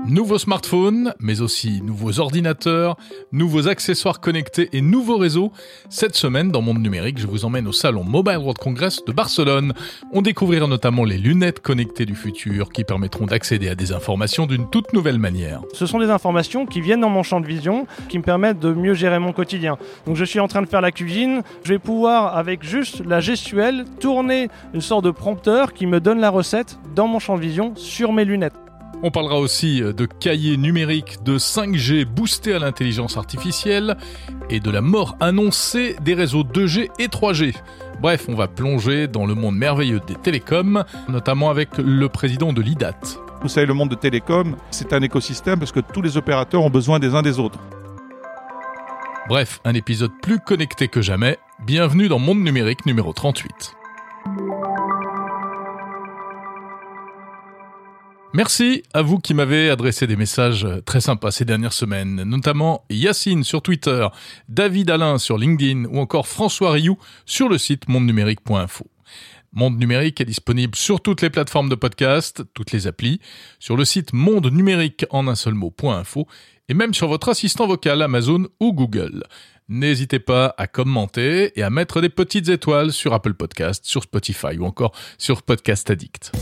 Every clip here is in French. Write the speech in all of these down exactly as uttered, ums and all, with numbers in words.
Nouveaux smartphones, mais aussi nouveaux ordinateurs, nouveaux accessoires connectés et nouveaux réseaux. Cette semaine, dans Monde Numérique, je vous emmène au salon Mobile World Congress de Barcelone. On découvrira notamment les lunettes connectées du futur qui permettront d'accéder à des informations d'une toute nouvelle manière. Ce sont des informations qui viennent dans mon champ de vision, qui me permettent de mieux gérer mon quotidien. Donc je suis en train de faire la cuisine, je vais pouvoir, avec juste la gestuelle, tourner une sorte de prompteur qui me donne la recette dans mon champ de vision sur mes lunettes. On parlera aussi de cahiers numériques, de cinq G boostés à l'intelligence artificielle et de la mort annoncée des réseaux deux G et trois G. Bref, on va plonger dans le monde merveilleux des télécoms, notamment avec le président de l'I D A T. Vous savez, le monde de télécom, c'est un écosystème parce que tous les opérateurs ont besoin des uns des autres. Bref, un épisode plus connecté que jamais. Bienvenue dans Monde Numérique numéro trente-huit. Merci à vous qui m'avez adressé des messages très sympas ces dernières semaines, notamment Yacine sur Twitter, David Alain sur LinkedIn ou encore François Rioux sur le site monde numérique point info. Monde Numérique est disponible sur toutes les plateformes de podcast, toutes les applis, sur le site monde numérique en un seul mot point info et même sur votre assistant vocal Amazon ou Google. N'hésitez pas à commenter et à mettre des petites étoiles sur Apple Podcasts, sur Spotify ou encore sur Podcast Addict.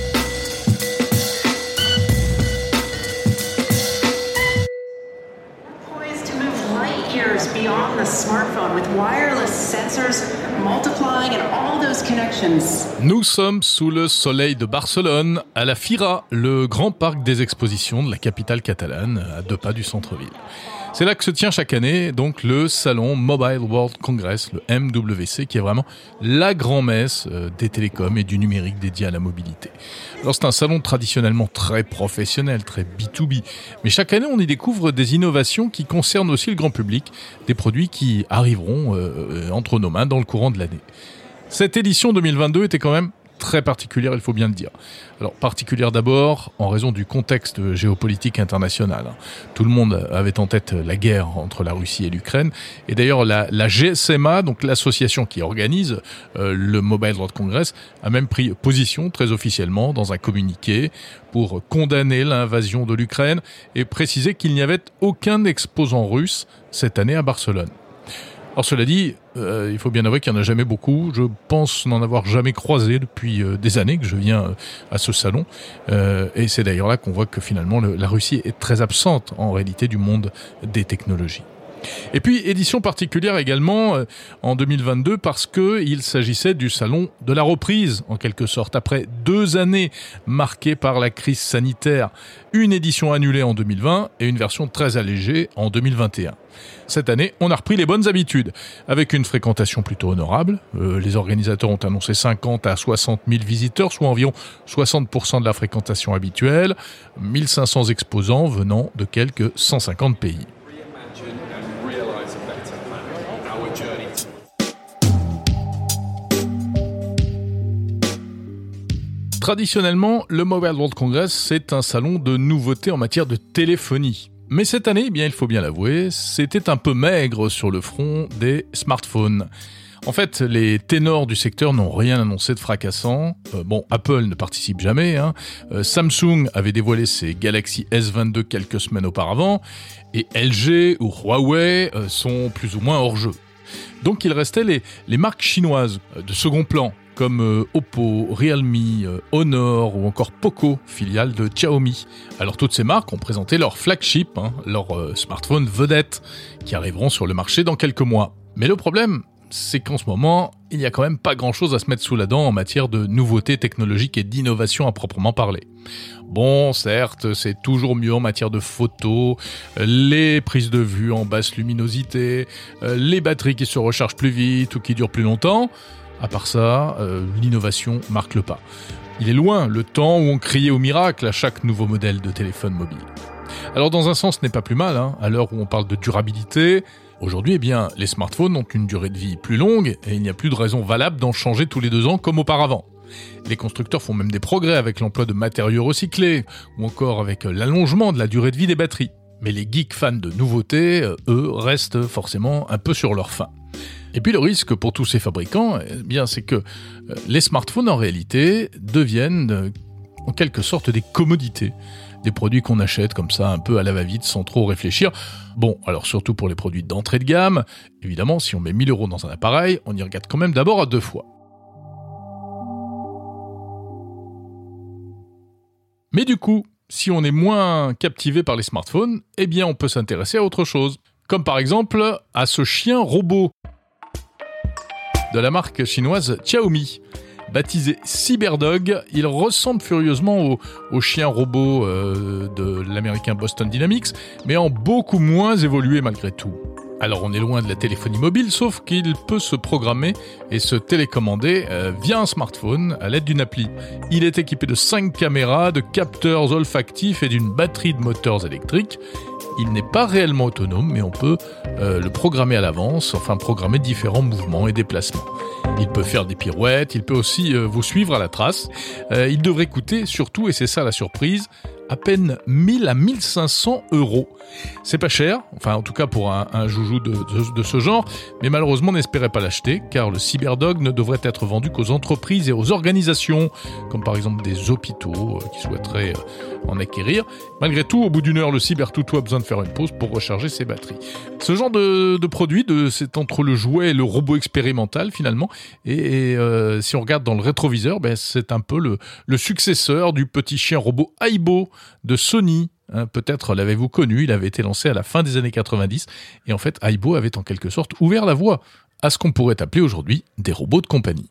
Beyond the smartphone with wireless sensors multiplying and all those connections. Nous sommes sous le soleil de Barcelone, à la Fira, le grand parc des expositions de la capitale catalane, à deux pas du centre-ville. C'est là que se tient chaque année donc le salon Mobile World Congress, le M W C, qui est vraiment la grand-messe des télécoms et du numérique dédié à la mobilité. Alors c'est un salon traditionnellement très professionnel, très B deux B, mais chaque année on y découvre des innovations qui concernent aussi le grand public, des produits qui arriveront euh, entre nos mains dans le courant de l'année. Cette édition deux mille vingt-deux était quand même très particulière, il faut bien le dire. Alors, particulière d'abord en raison du contexte géopolitique international. Tout le monde avait en tête la guerre entre la Russie et l'Ukraine. Et d'ailleurs, la, la G S M A, donc l'association qui organise euh, le Mobile World Congress, a même pris position très officiellement dans un communiqué pour condamner l'invasion de l'Ukraine et préciser qu'il n'y avait aucun exposant russe cette année à Barcelone. Alors cela dit, euh, il faut bien avouer qu'il n'y en a jamais beaucoup. Je pense n'en avoir jamais croisé depuis euh, des années que je viens euh, à ce salon. Euh, et c'est d'ailleurs là qu'on voit que finalement le, la Russie est très absente en réalité du monde des technologies. Et puis, édition particulière également euh, en deux mille vingt-deux parce qu'il s'agissait du salon de la reprise, en quelque sorte. Après deux années marquées par la crise sanitaire, une édition annulée en deux mille vingt et une version très allégée en deux mille vingt et un. Cette année, on a repris les bonnes habitudes, avec une fréquentation plutôt honorable. Euh, les organisateurs ont annoncé cinquante à soixante mille visiteurs, soit environ soixante pour cent de la fréquentation habituelle, mille cinq cents exposants venant de quelques cent cinquante pays. Traditionnellement, le Mobile World Congress, c'est un salon de nouveautés en matière de téléphonie. Mais cette année, eh bien, il faut bien l'avouer, c'était un peu maigre sur le front des smartphones. En fait, les ténors du secteur n'ont rien annoncé de fracassant. Euh, bon, Apple ne participe jamais. Hein. Euh, Samsung avait dévoilé ses Galaxy S vingt-deux quelques semaines auparavant. Et L G ou Huawei euh, sont plus ou moins hors jeu. Donc il restait les, les marques chinoises euh, de second plan, comme euh, Oppo, Realme, euh, Honor ou encore Poco, filiale de Xiaomi. Alors toutes ces marques ont présenté leur flagship, hein, leurs euh, smartphones vedettes, qui arriveront sur le marché dans quelques mois. Mais le problème, c'est qu'en ce moment, il n'y a quand même pas grand-chose à se mettre sous la dent en matière de nouveautés technologiques et d'innovation à proprement parler. Bon, certes, c'est toujours mieux en matière de photos, les prises de vue en basse luminosité, les batteries qui se rechargent plus vite ou qui durent plus longtemps. À part ça, euh, l'innovation marque le pas. Il est loin le temps où on criait au miracle à chaque nouveau modèle de téléphone mobile. Alors dans un sens, ce n'est pas plus mal, hein, à l'heure où on parle de durabilité. Aujourd'hui, eh bien, les smartphones ont une durée de vie plus longue et il n'y a plus de raison valable d'en changer tous les deux ans comme auparavant. Les constructeurs font même des progrès avec l'emploi de matériaux recyclés ou encore avec l'allongement de la durée de vie des batteries. Mais les geeks fans de nouveautés, eux, restent forcément un peu sur leur faim. Et puis le risque pour tous ces fabricants, eh bien, c'est que les smartphones en réalité deviennent en quelque sorte des commodités, des produits qu'on achète comme ça un peu à la va-vite sans trop réfléchir. Bon, alors surtout pour les produits d'entrée de gamme, évidemment si on met mille euros dans un appareil, on y regarde quand même d'abord à deux fois. Mais du coup, si on est moins captivé par les smartphones, eh bien on peut s'intéresser à autre chose. Comme par exemple à ce chien robot de la marque chinoise Xiaomi. Baptisé Cyberdog, il ressemble furieusement au, au chien robot euh, de l'américain Boston Dynamics, mais en beaucoup moins évolué malgré tout. Alors on est loin de la téléphonie mobile, sauf qu'il peut se programmer et se télécommander euh, via un smartphone à l'aide d'une appli. Il est équipé de cinq caméras, de capteurs olfactifs et d'une batterie de moteurs électriques. Il n'est pas réellement autonome, mais on peut euh, le programmer à l'avance, enfin programmer différents mouvements et déplacements. Il peut faire des pirouettes, il peut aussi euh, vous suivre à la trace. Euh, il devrait coûter surtout, et c'est ça la surprise, à peine mille à mille cinq cents euros. C'est pas cher, enfin en tout cas pour un, un joujou de, de, de ce genre, mais malheureusement n'espérez pas l'acheter, car le Cyberdog ne devrait être vendu qu'aux entreprises et aux organisations, comme par exemple des hôpitaux euh, qui souhaiteraient euh, en acquérir. Malgré tout, au bout d'une heure, le Cybertoutou a besoin de faire une pause pour recharger ses batteries. Ce genre de, de produit, de, c'est entre le jouet et le robot expérimental finalement, et, et euh, si on regarde dans le rétroviseur, ben, c'est un peu le, le successeur du petit chien robot Aibo de Sony. Hein, peut-être l'avez-vous connu, il avait été lancé à la fin des années quatre-vingt-dix, et en fait Aibo avait en quelque sorte ouvert la voie à ce qu'on pourrait appeler aujourd'hui des robots de compagnie.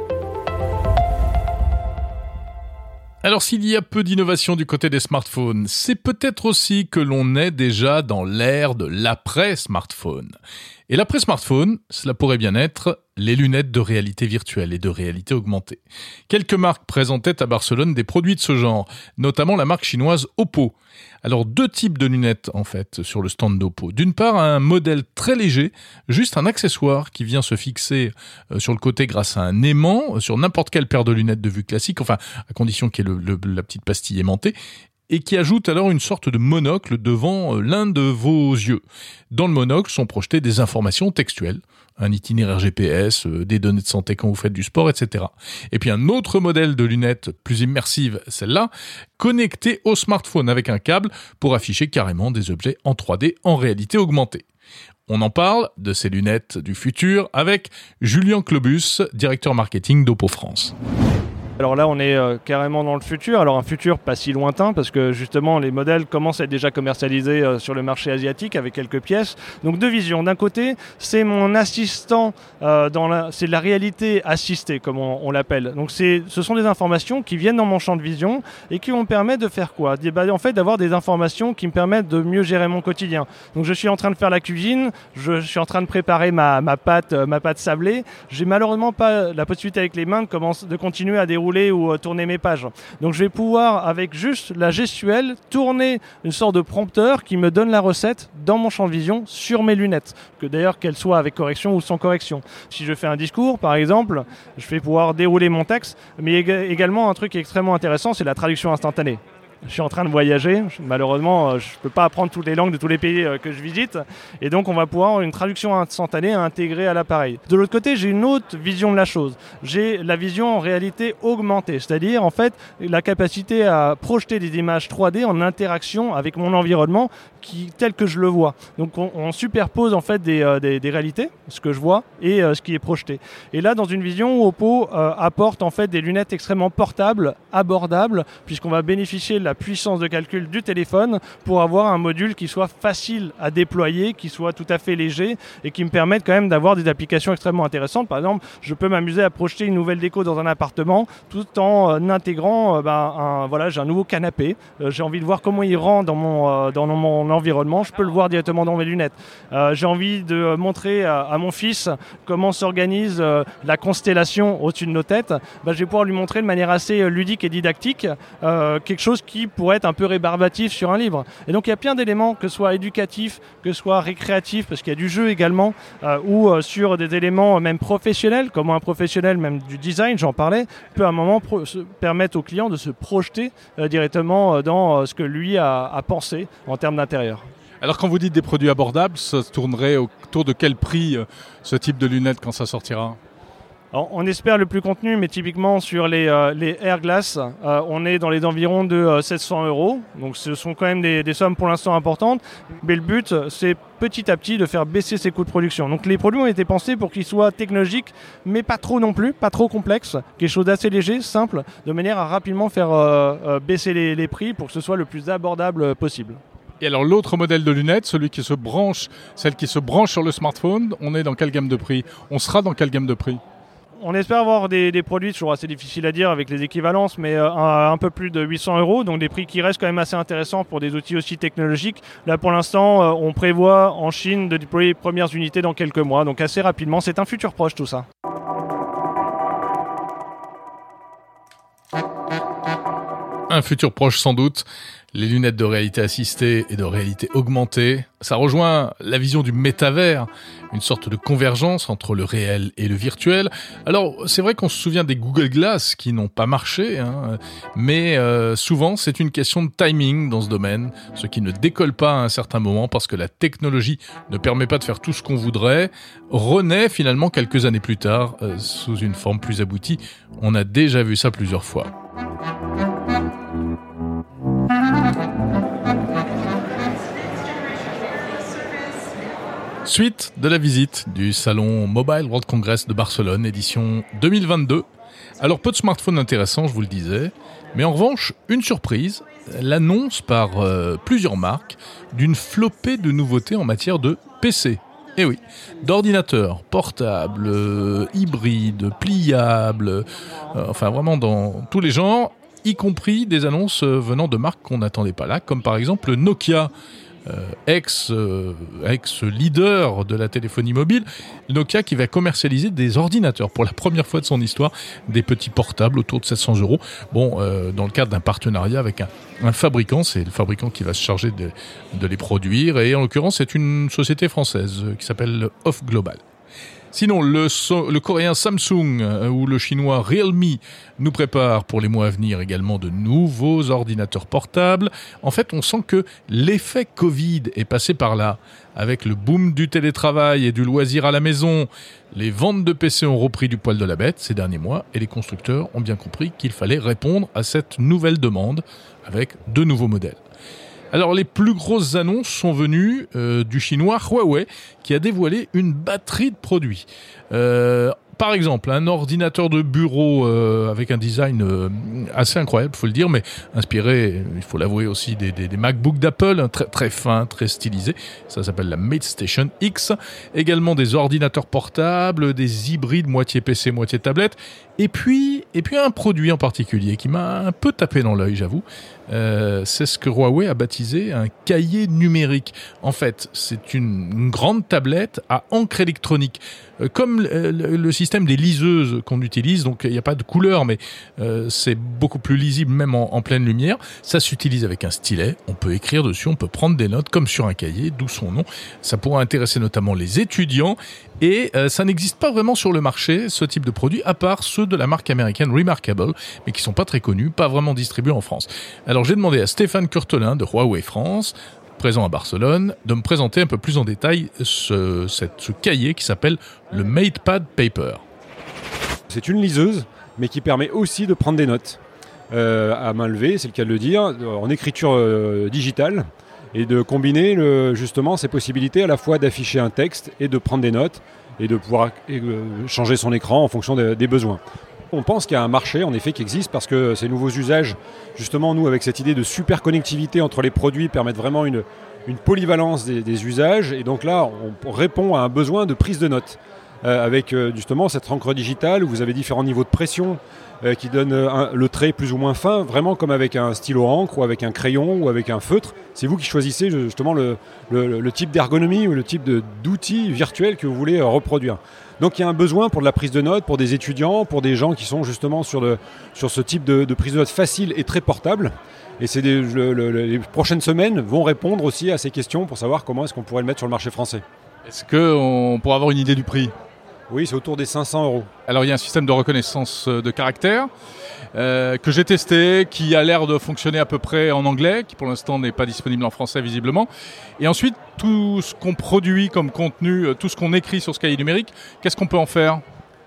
Alors s'il y a peu d'innovation du côté des smartphones, c'est peut-être aussi que l'on est déjà dans l'ère de l'après-smartphone. Et l'après-smartphone, cela pourrait bien être les lunettes de réalité virtuelle et de réalité augmentée. Quelques marques présentaient à Barcelone des produits de ce genre, notamment la marque chinoise Oppo. Alors deux types de lunettes en fait sur le stand d'Oppo. D'une part un modèle très léger, juste un accessoire qui vient se fixer sur le côté grâce à un aimant sur n'importe quelle paire de lunettes de vue classique, enfin à condition qu'il y ait le, le, la petite pastille aimantée, et qui ajoute alors une sorte de monocle devant l'un de vos yeux. Dans le monocle sont projetées des informations textuelles, un itinéraire G P S, des données de santé quand vous faites du sport, et cetera. Et puis un autre modèle de lunettes plus immersive, celle-là, connectée au smartphone avec un câble pour afficher carrément des objets en trois D en réalité augmentée. On en parle de ces lunettes du futur avec Julien Clobus, directeur marketing d'Oppo France. Alors là, on est euh, carrément dans le futur. Alors un futur pas si lointain parce que justement les modèles commencent à être déjà commercialisés euh, sur le marché asiatique avec quelques pièces. Donc deux visions. D'un côté, c'est mon assistant, euh, dans la, c'est de la réalité assistée comme on, on l'appelle. Donc c'est, ce sont des informations qui viennent dans mon champ de vision et qui vont me permettre de faire quoi ? En fait, d'avoir des informations qui me permettent de mieux gérer mon quotidien. Donc je suis en train de faire la cuisine, je, je suis en train de préparer ma, ma pâte, euh, ma pâte sablée. J'ai malheureusement pas la possibilité avec les mains de, commencer, de continuer à dérouler ou euh, tourner mes pages. Donc je vais pouvoir, avec juste la gestuelle, tourner une sorte de prompteur qui me donne la recette dans mon champ de vision sur mes lunettes, que d'ailleurs qu'elles soient avec correction ou sans correction. Si je fais un discours, par exemple, je vais pouvoir dérouler mon texte, mais ég- également un truc extrêmement intéressant, c'est la traduction instantanée. Je suis en train de voyager, malheureusement je ne peux pas apprendre toutes les langues de tous les pays que je visite et donc on va pouvoir avoir une traduction instantanée à intégrer à l'appareil. De l'autre côté, j'ai une autre vision de la chose. J'ai la vision en réalité augmentée, c'est-à-dire en fait la capacité à projeter des images trois D en interaction avec mon environnement qui, tel que je le vois. Donc on, on superpose en fait des, euh, des, des réalités, ce que je vois et euh, ce qui est projeté. Et là dans une vision où Oppo euh, apporte en fait des lunettes extrêmement portables, abordables, puisqu'on va bénéficier de la puissance de calcul du téléphone pour avoir un module qui soit facile à déployer, qui soit tout à fait léger et qui me permette quand même d'avoir des applications extrêmement intéressantes. Par exemple, je peux m'amuser à projeter une nouvelle déco dans un appartement tout en euh, intégrant, euh, ben, un, voilà, j'ai un nouveau canapé. Euh, j'ai envie de voir comment il rend dans mon, euh, dans mon environnement. Je peux le voir directement dans mes lunettes. Euh, j'ai envie de montrer à, à mon fils comment s'organise euh, la constellation au-dessus de nos têtes. Ben, je vais pouvoir lui montrer de manière assez ludique et didactique euh, quelque chose qui pourrait être un peu rébarbatif sur un livre. Et donc il y a plein d'éléments, que ce soit éducatifs, que ce soit récréatifs, parce qu'il y a du jeu également, euh, ou euh, sur des éléments même professionnels, comme un professionnel même du design, j'en parlais, peut à un moment pro- se permettre au client de se projeter euh, directement dans euh, ce que lui a, a pensé en termes d'intérieur. Alors quand vous dites des produits abordables, ça se tournerait autour de quel prix euh, ce type de lunettes quand ça sortira ? Alors, on espère le plus contenu, mais typiquement sur les, euh, les Airglass, euh, on est dans les environs de euh, sept cents euros. Donc ce sont quand même des, des sommes pour l'instant importantes. Mais le but, c'est petit à petit de faire baisser ses coûts de production. Donc les produits ont été pensés pour qu'ils soient technologiques, mais pas trop non plus, pas trop complexes. Quelque chose d'assez léger, simple, de manière à rapidement faire euh, euh, baisser les, les prix pour que ce soit le plus abordable possible. Et alors l'autre modèle de lunettes, celui qui se branche, celle qui se branche sur le smartphone, on est dans quelle gamme de prix ? On sera dans quelle gamme de prix ? On espère avoir des, des produits, toujours assez difficile à dire avec les équivalences, mais euh, un, un peu plus de huit cents euros, donc des prix qui restent quand même assez intéressants pour des outils aussi technologiques. Là pour l'instant, euh, on prévoit en Chine de déployer les premières unités dans quelques mois, donc assez rapidement, c'est un futur proche tout ça. Un futur proche sans doute, les lunettes de réalité assistée et de réalité augmentée. Ça rejoint la vision du métavers, une sorte de convergence entre le réel et le virtuel. Alors c'est vrai qu'on se souvient des Google Glass qui n'ont pas marché, hein, mais euh, souvent c'est une question de timing dans ce domaine, ce qui ne décolle pas à un certain moment parce que la technologie ne permet pas de faire tout ce qu'on voudrait, renaît finalement quelques années plus tard euh, sous une forme plus aboutie. On a déjà vu ça plusieurs fois. Suite de la visite du salon Mobile World Congress de Barcelone, édition deux mille vingt-deux. Alors peu de smartphones intéressants, je vous le disais, mais en revanche, une surprise, l'annonce par euh, plusieurs marques d'une flopée de nouveautés en matière de P C. Eh oui, d'ordinateurs portables, euh, hybrides, pliables, euh, enfin vraiment dans tous les genres, y compris des annonces venant de marques qu'on n'attendait pas là, comme par exemple Nokia, euh, ex, euh, ex-leader de la téléphonie mobile, Nokia qui va commercialiser des ordinateurs pour la première fois de son histoire, des petits portables autour de sept cents euros, bon, euh, dans le cadre d'un partenariat avec un, un fabricant, c'est le fabricant qui va se charger de, de les produire, et en l'occurrence c'est une société française qui s'appelle Off Global. Sinon, le, so- le coréen Samsung euh, ou le chinois Realme nous préparent pour les mois à venir également de nouveaux ordinateurs portables. En fait, on sent que l'effet Covid est passé par là. Avec le boom du télétravail et du loisir à la maison, les ventes de P C ont repris du poil de la bête ces derniers mois et les constructeurs ont bien compris qu'il fallait répondre à cette nouvelle demande avec de nouveaux modèles. Alors les plus grosses annonces sont venues euh, du chinois Huawei qui a dévoilé une batterie de produits. Euh, par exemple, un ordinateur de bureau euh, avec un design euh, assez incroyable, il faut le dire, mais inspiré, il faut l'avouer aussi, des, des, des MacBooks d'Apple, hein, très, très fin, très stylisé. Ça s'appelle la MateStation X. Également des ordinateurs portables, des hybrides moitié P C, moitié tablette. Et puis, et puis un produit en particulier qui m'a un peu tapé dans l'œil, j'avoue. Euh, c'est ce que Huawei a baptisé un cahier numérique. En fait, c'est une, une grande tablette à encre électronique. Euh, comme le, le, le système des liseuses qu'on utilise, donc il n'y a pas de couleur, mais euh, c'est beaucoup plus lisible même en, en pleine lumière. Ça s'utilise avec un stylet, on peut écrire dessus, on peut prendre des notes comme sur un cahier, d'où son nom. Ça pourra intéresser notamment les étudiants. Et euh, ça n'existe pas vraiment sur le marché, ce type de produit, à part ceux de la marque américaine Remarkable, mais qui sont pas très connus, pas vraiment distribués en France. Alors j'ai demandé à Stéphane Curtelin de Huawei France, présent à Barcelone, de me présenter un peu plus en détail ce, cette, ce cahier qui s'appelle le MatePad Paper. C'est une liseuse, mais qui permet aussi de prendre des notes euh, à main levée, c'est le cas de le dire, en écriture euh, digitale, et de combiner le, justement ces possibilités à la fois d'afficher un texte et de prendre des notes et de pouvoir euh, changer son écran en fonction de, des besoins. On pense qu'il y a un marché en effet qui existe parce que ces nouveaux usages, justement nous avec cette idée de super connectivité entre les produits permettent vraiment une, une polyvalence des, des usages, et donc là on répond à un besoin de prise de notes euh, avec euh, justement cette encre digitale où vous avez différents niveaux de pression euh, qui donnent un, le trait plus ou moins fin, vraiment comme avec un stylo encre ou avec un crayon ou avec un feutre. C'est vous qui choisissez justement le, le, le type d'ergonomie ou le type de, d'outils virtuels que vous voulez euh, reproduire. Donc il y a un besoin pour de la prise de notes, pour des étudiants, pour des gens qui sont justement sur, le, sur ce type de, de prise de notes facile et très portable. Et c'est des, le, le, les prochaines semaines vont répondre aussi à ces questions pour savoir comment est-ce qu'on pourrait le mettre sur le marché français. Est-ce qu'on pourra avoir une idée du prix ? Oui, c'est autour des cinq cents euros. Alors il y a un système de reconnaissance de caractère euh, que j'ai testé, qui a l'air de fonctionner à peu près en anglais, qui pour l'instant n'est pas disponible en français visiblement. Et ensuite, tout ce qu'on produit comme contenu, tout ce qu'on écrit sur ce cahier numérique, qu'est-ce qu'on peut en faire ?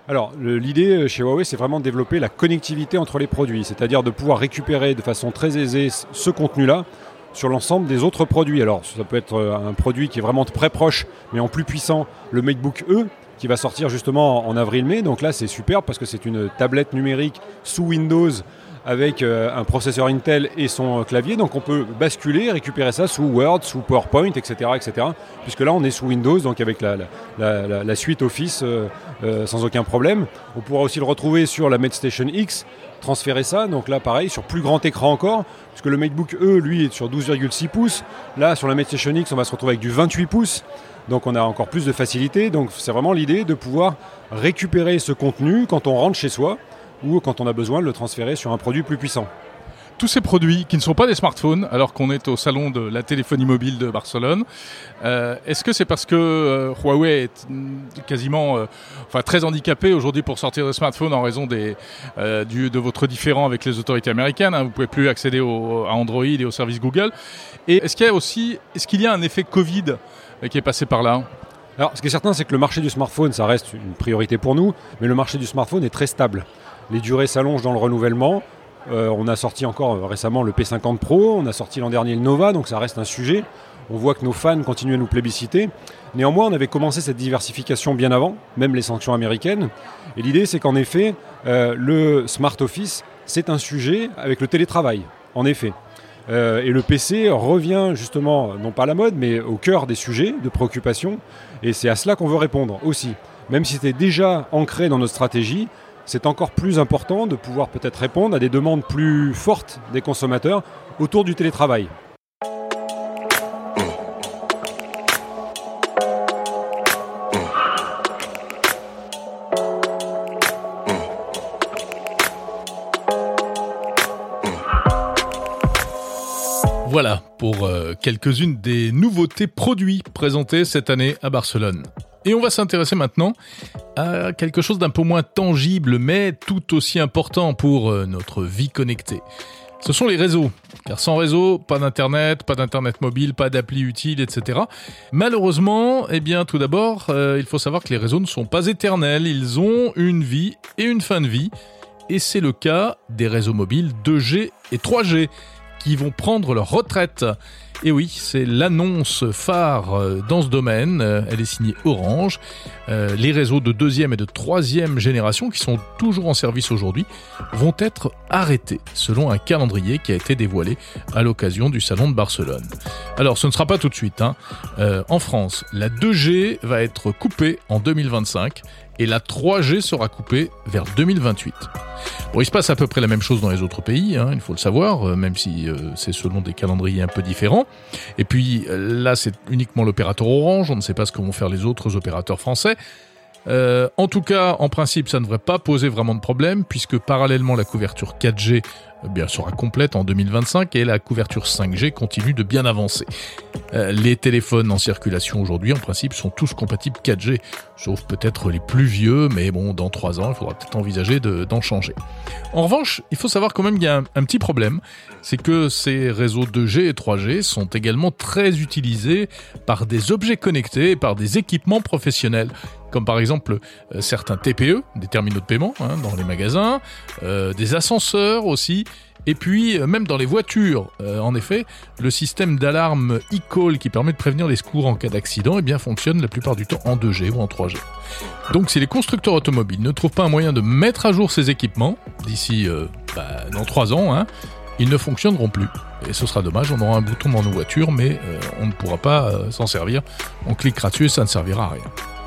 Alors, le, l'idée chez Huawei, c'est vraiment de développer la connectivité entre les produits, c'est-à-dire de pouvoir récupérer de façon très aisée ce contenu-là sur l'ensemble des autres produits. Alors, ça peut être un produit qui est vraiment très proche, mais en plus puissant, le MacBook E, qui va sortir justement en avril-mai. Donc là, c'est super parce que c'est une tablette numérique sous Windows avec euh, un processeur Intel et son clavier. Donc on peut basculer, récupérer ça sous Word, sous PowerPoint, et cetera, et cetera. Puisque là, on est sous Windows, donc avec la, la, la, la suite Office euh, euh, sans aucun problème. On pourra aussi le retrouver sur la MateStation X, transférer ça. Donc là, pareil, sur plus grand écran encore, puisque le MacBook E, lui, est sur douze virgule six pouces. Là, sur la MateStation X, on va se retrouver avec du vingt-huit pouces. Donc on a encore plus de facilité. Donc c'est vraiment l'idée de pouvoir récupérer ce contenu quand on rentre chez soi ou quand on a besoin de le transférer sur un produit plus puissant. Tous ces produits qui ne sont pas des smartphones, alors qu'on est au salon de la téléphonie mobile de Barcelone, euh, est-ce que c'est parce que euh, Huawei est quasiment, euh, enfin très handicapé aujourd'hui pour sortir des smartphones en raison des, euh, du, de votre différend avec les autorités américaines, hein, vous pouvez plus accéder au, à Android et aux services Google. Et est-ce qu'il y a aussi, est-ce qu'il y a un effet Covid qui est passé par là ? Alors, ce qui est certain, c'est que le marché du smartphone, ça reste une priorité pour nous, mais le marché du smartphone est très stable. Les durées s'allongent dans le renouvellement. Euh, on a sorti encore euh, récemment le P cinquante Pro, on a sorti l'an dernier le Nova, donc ça reste un sujet. On voit que nos fans continuent à nous plébisciter. Néanmoins, on avait commencé cette diversification bien avant, même les sanctions américaines. Et l'idée, c'est qu'en effet, euh, le Smart Office, c'est un sujet avec le télétravail, en effet. Euh, et le P C revient justement, non pas à la mode, mais au cœur des sujets de préoccupation. Et c'est à cela qu'on veut répondre aussi. Même si c'était déjà ancré dans notre stratégie, c'est encore plus important de pouvoir peut-être répondre à des demandes plus fortes des consommateurs autour du télétravail. Voilà pour euh, quelques-unes des nouveautés produits présentées cette année à Barcelone. Et on va s'intéresser maintenant à quelque chose d'un peu moins tangible, mais tout aussi important pour euh, notre vie connectée. Ce sont les réseaux. Car sans réseau, pas d'internet, pas d'internet mobile, pas d'appli utile, et cetera. Malheureusement, eh bien, tout d'abord, euh, il faut savoir que les réseaux ne sont pas éternels. Ils ont une vie et une fin de vie. Et c'est le cas des réseaux mobiles deux G et trois G qui vont prendre leur retraite. Et oui, c'est l'annonce phare dans ce domaine. Elle est signée Orange. Euh, les réseaux de deuxième et de troisième génération, qui sont toujours en service aujourd'hui, vont être arrêtés, selon un calendrier qui a été dévoilé à l'occasion du Salon de Barcelone. Alors, ce ne sera pas tout de suite. Hein. Euh, en France, la deux G va être coupée en deux mille vingt-cinq et la trois G sera coupée vers deux mille vingt-huit. Bon, il se passe à peu près la même chose dans les autres pays, hein, il faut le savoir, euh, même si euh, c'est selon des calendriers un peu différents. Et puis euh, là, c'est uniquement l'opérateur Orange, on ne sait pas ce que vont faire les autres opérateurs français. Euh, en tout cas, en principe, ça ne devrait pas poser vraiment de problème, puisque parallèlement, la couverture quatre G eh bien, sera complète en deux mille vingt-cinq et la couverture cinq G continue de bien avancer. Euh, les téléphones en circulation aujourd'hui, en principe, sont tous compatibles quatre G, sauf peut-être les plus vieux, mais bon, dans trois ans, il faudra peut-être envisager de, d'en changer. En revanche, il faut savoir quand même qu'il y a un, un petit problème, c'est que ces réseaux deux G et trois G sont également très utilisés par des objets connectés et par des équipements professionnels, comme par exemple euh, certains T P E, des terminaux de paiement hein, dans les magasins, euh, des ascenseurs aussi, et puis euh, même dans les voitures. Euh, en effet, le système d'alarme e-call qui permet de prévenir les secours en cas d'accident eh bien, fonctionne la plupart du temps en deux G ou en trois G. Donc si les constructeurs automobiles ne trouvent pas un moyen de mettre à jour ces équipements, d'ici euh, bah, dans trois ans, hein, ils ne fonctionneront plus. Et ce sera dommage, on aura un bouton dans nos voitures, mais euh, on ne pourra pas euh, s'en servir. On cliquera dessus et ça ne servira à rien.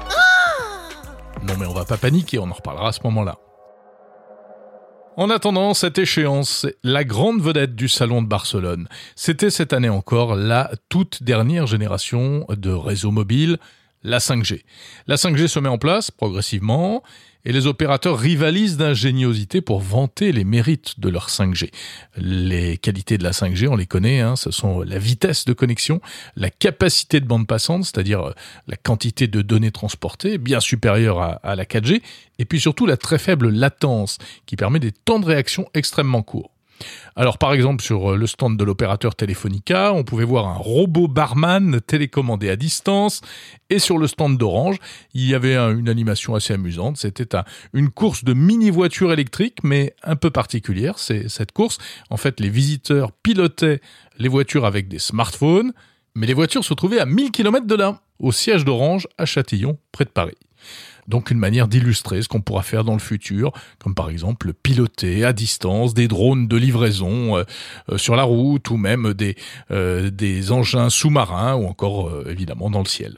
Non mais on va pas paniquer, on en reparlera à ce moment-là. En attendant cette échéance, la grande vedette du Salon de Barcelone, c'était cette année encore la toute dernière génération de réseaux mobiles, la cinq G. La cinq G se met en place progressivement et les opérateurs rivalisent d'ingéniosité pour vanter les mérites de leur cinq G. Les qualités de la cinq G, on les connaît, hein, ce sont la vitesse de connexion, la capacité de bande passante, c'est-à-dire la quantité de données transportées, bien supérieure à, à la quatre G, et puis surtout la très faible latence, qui permet des temps de réaction extrêmement courts. Alors par exemple sur le stand de l'opérateur Telefonica, on pouvait voir un robot barman télécommandé à distance, et sur le stand d'Orange, il y avait un, une animation assez amusante, c'était un, une course de mini-voitures électriques, mais un peu particulière, c'est cette course. En fait, les visiteurs pilotaient les voitures avec des smartphones, mais les voitures se trouvaient à mille kilomètres de là, au siège d'Orange à Châtillon, près de Paris. Donc une manière d'illustrer ce qu'on pourra faire dans le futur, comme par exemple piloter à distance des drones de livraison euh, euh, sur la route, ou même des, euh, des engins sous-marins, ou encore euh, évidemment dans le ciel.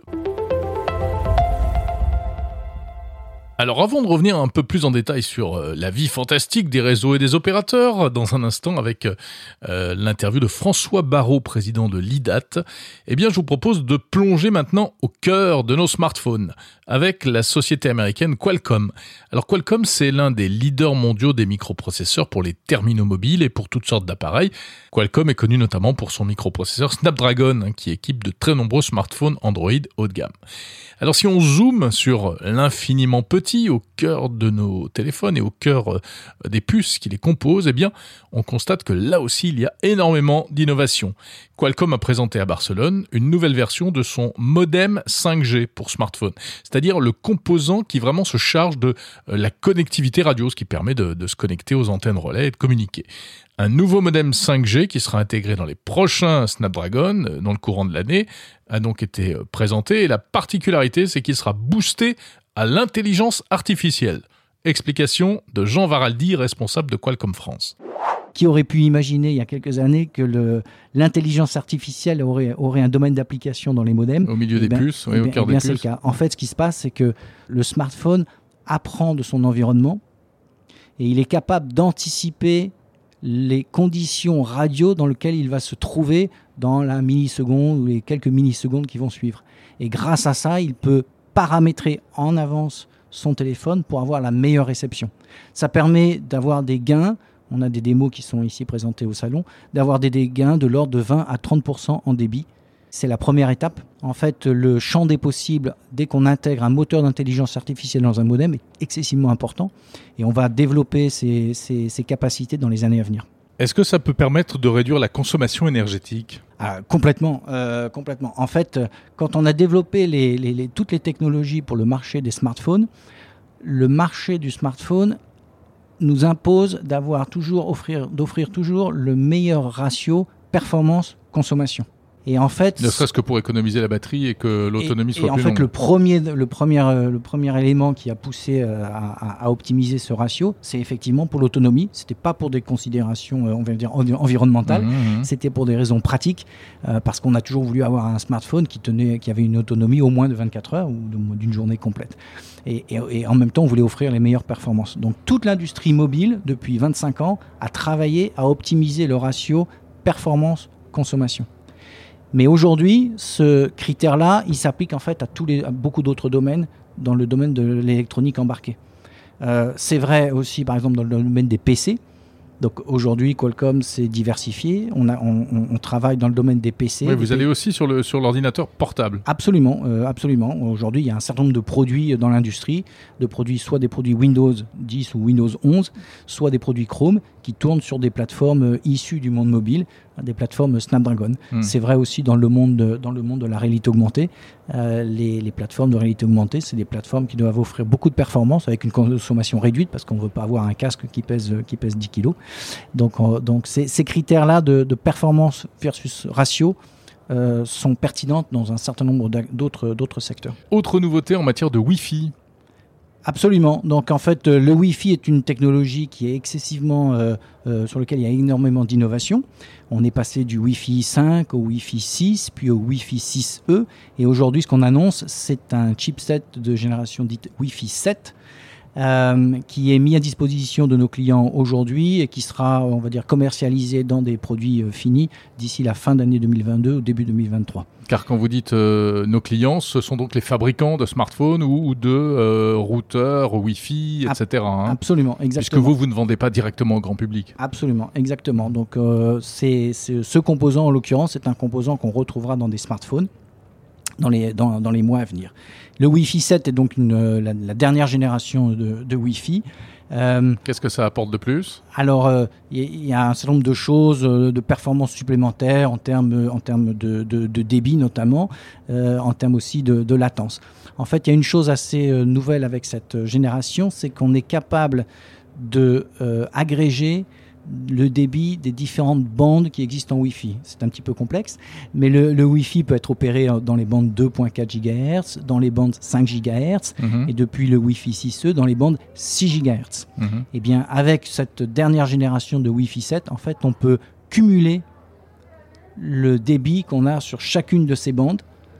Alors avant de revenir un peu plus en détail sur euh, la vie fantastique des réseaux et des opérateurs, dans un instant avec euh, l'interview de François Barraud, président de l'I D A T, eh bien je vous propose de plonger maintenant au cœur de nos smartphones avec la société américaine Qualcomm. Alors Qualcomm, c'est l'un des leaders mondiaux des microprocesseurs pour les terminaux mobiles et pour toutes sortes d'appareils. Qualcomm est connu notamment pour son microprocesseur Snapdragon, hein, qui équipe de très nombreux smartphones Android haut de gamme. Alors si on zoome sur l'infiniment petit au cœur de nos téléphones et au cœur des puces qui les composent, eh bien on constate que là aussi il y a énormément d'innovations. Qualcomm a présenté à Barcelone une nouvelle version de son modem cinq G pour smartphone, c'est-à-dire le composant qui vraiment se charge de la connectivité radio, ce qui permet de, de se connecter aux antennes relais et de communiquer. Un nouveau modem cinq G qui sera intégré dans les prochains Snapdragon dans le courant de l'année a donc été présenté, et la particularité c'est qu'il sera boosté à l'intelligence artificielle. Explication de Jean Varaldi, responsable de Qualcomm France. Qui aurait pu imaginer il y a quelques années que le, l'intelligence artificielle aurait, aurait un domaine d'application dans les modems? Au milieu eh des bien, puces, oui, eh au bien, cœur eh bien des c'est puces. le cas. En fait, ce qui se passe, c'est que le smartphone apprend de son environnement et il est capable d'anticiper les conditions radio dans lesquelles il va se trouver dans la milliseconde ou les quelques millisecondes qui vont suivre. Et grâce à ça, il peut paramétrer en avance son téléphone pour avoir la meilleure réception. Ça permet d'avoir des gains, on a des démos qui sont ici présentées au salon, d'avoir des, des gains de l'ordre de vingt à trente pour cent en débit. C'est la première étape. En fait, le champ des possibles, dès qu'on intègre un moteur d'intelligence artificielle dans un modem, est excessivement important. Et on va développer ces, ces, ces capacités dans les années à venir. Est-ce que ça peut permettre de réduire la consommation énergétique ? Ah, complètement, euh, complètement. En fait, quand on a développé les, les, les, toutes les technologies pour le marché des smartphones, le marché du smartphone nous impose d'avoir toujours, offrir, d'offrir toujours le meilleur ratio performance-consommation. Et en fait, ne serait-ce que pour économiser la batterie et que l'autonomie et, soit et plus en fait, longue. Le premier, le, premier, le premier élément qui a poussé à, à, à optimiser ce ratio, c'est effectivement pour l'autonomie. C'était pas pour des considérations, on va dire, environnementales. Mmh, mmh. C'était pour des raisons pratiques, euh, parce qu'on a toujours voulu avoir un smartphone qui, tenait, qui avait une autonomie au moins de vingt-quatre heures ou de, d'une journée complète. Et, et, et en même temps, on voulait offrir les meilleures performances. Donc, toute l'industrie mobile, depuis vingt-cinq ans, a travaillé à optimiser le ratio performance-consommation. Mais aujourd'hui, ce critère-là, il s'applique en fait à, tous les, à beaucoup d'autres domaines dans le domaine de l'électronique embarquée. Euh, c'est vrai aussi, par exemple, dans le domaine des P C. Donc aujourd'hui, Qualcomm s'est diversifié. On, a, on, on travaille dans le domaine des P C. Oui, vous P... allez aussi sur, le, sur l'ordinateur portable. Absolument, euh, absolument. Aujourd'hui, il y a un certain nombre de produits dans l'industrie, de produits, soit des produits Windows dix ou Windows onze, soit des produits Chrome qui tournent sur des plateformes issues du monde mobile, des plateformes Snapdragon. Hmm. C'est vrai aussi dans le monde de, dans le monde de la réalité augmentée. Euh, les, les plateformes de réalité augmentée, c'est des plateformes qui doivent offrir beaucoup de performance avec une consommation réduite parce qu'on ne veut pas avoir un casque qui pèse, qui pèse dix kilos. Donc, euh, donc ces, ces critères-là de, de performance versus ratio euh, sont pertinentes dans un certain nombre d'autres, d'autres secteurs. Autre nouveauté en matière de Wi-Fi. Absolument. Donc en fait, le Wi-Fi est une technologie qui est excessivement euh, euh, sur laquelle il y a énormément d'innovation. On est passé du Wi-Fi cinq au Wi-Fi six, puis au Wi-Fi six E, et aujourd'hui, ce qu'on annonce, c'est un chipset de génération dite Wi-Fi sept. Euh, qui est mis à disposition de nos clients aujourd'hui et qui sera, on va dire, commercialisé dans des produits euh, finis d'ici la fin d'année deux mille vingt-deux ou début deux mille vingt-trois. Car quand vous dites euh, nos clients, ce sont donc les fabricants de smartphones ou, ou de euh, routeurs, Wi-Fi, et cetera. Hein, absolument, exactement. Puisque vous, vous ne vendez pas directement au grand public. Absolument, exactement. Donc euh, c'est, c'est, ce composant, en l'occurrence, c'est un composant qu'on retrouvera dans des smartphones. dans les, dans, dans les mois à venir. Le Wi-Fi sept est donc une, la, la dernière génération de, de Wi-Fi. Euh, Qu'est-ce que ça apporte de plus ? Alors, il euh, y, y a un certain nombre de choses, euh, de performances supplémentaires en termes, en termes de, de, de débit notamment, euh, en termes aussi de, de latence. En fait, il y a une chose assez euh, nouvelle avec cette génération, c'est qu'on est capable de euh, agréger le débit des différentes bandes qui existent en Wi-Fi. C'est un petit peu complexe, mais le, le Wi-Fi peut être opéré dans les bandes deux virgule quatre gigahertz, dans les bandes cinq gigahertz, mmh. et depuis le Wi-Fi six E dans les bandes six gigahertz. Mmh. Et bien, avec cette dernière génération de Wi-Fi sept, en fait, on peut cumuler le débit qu'on a sur chacune de ces bandes,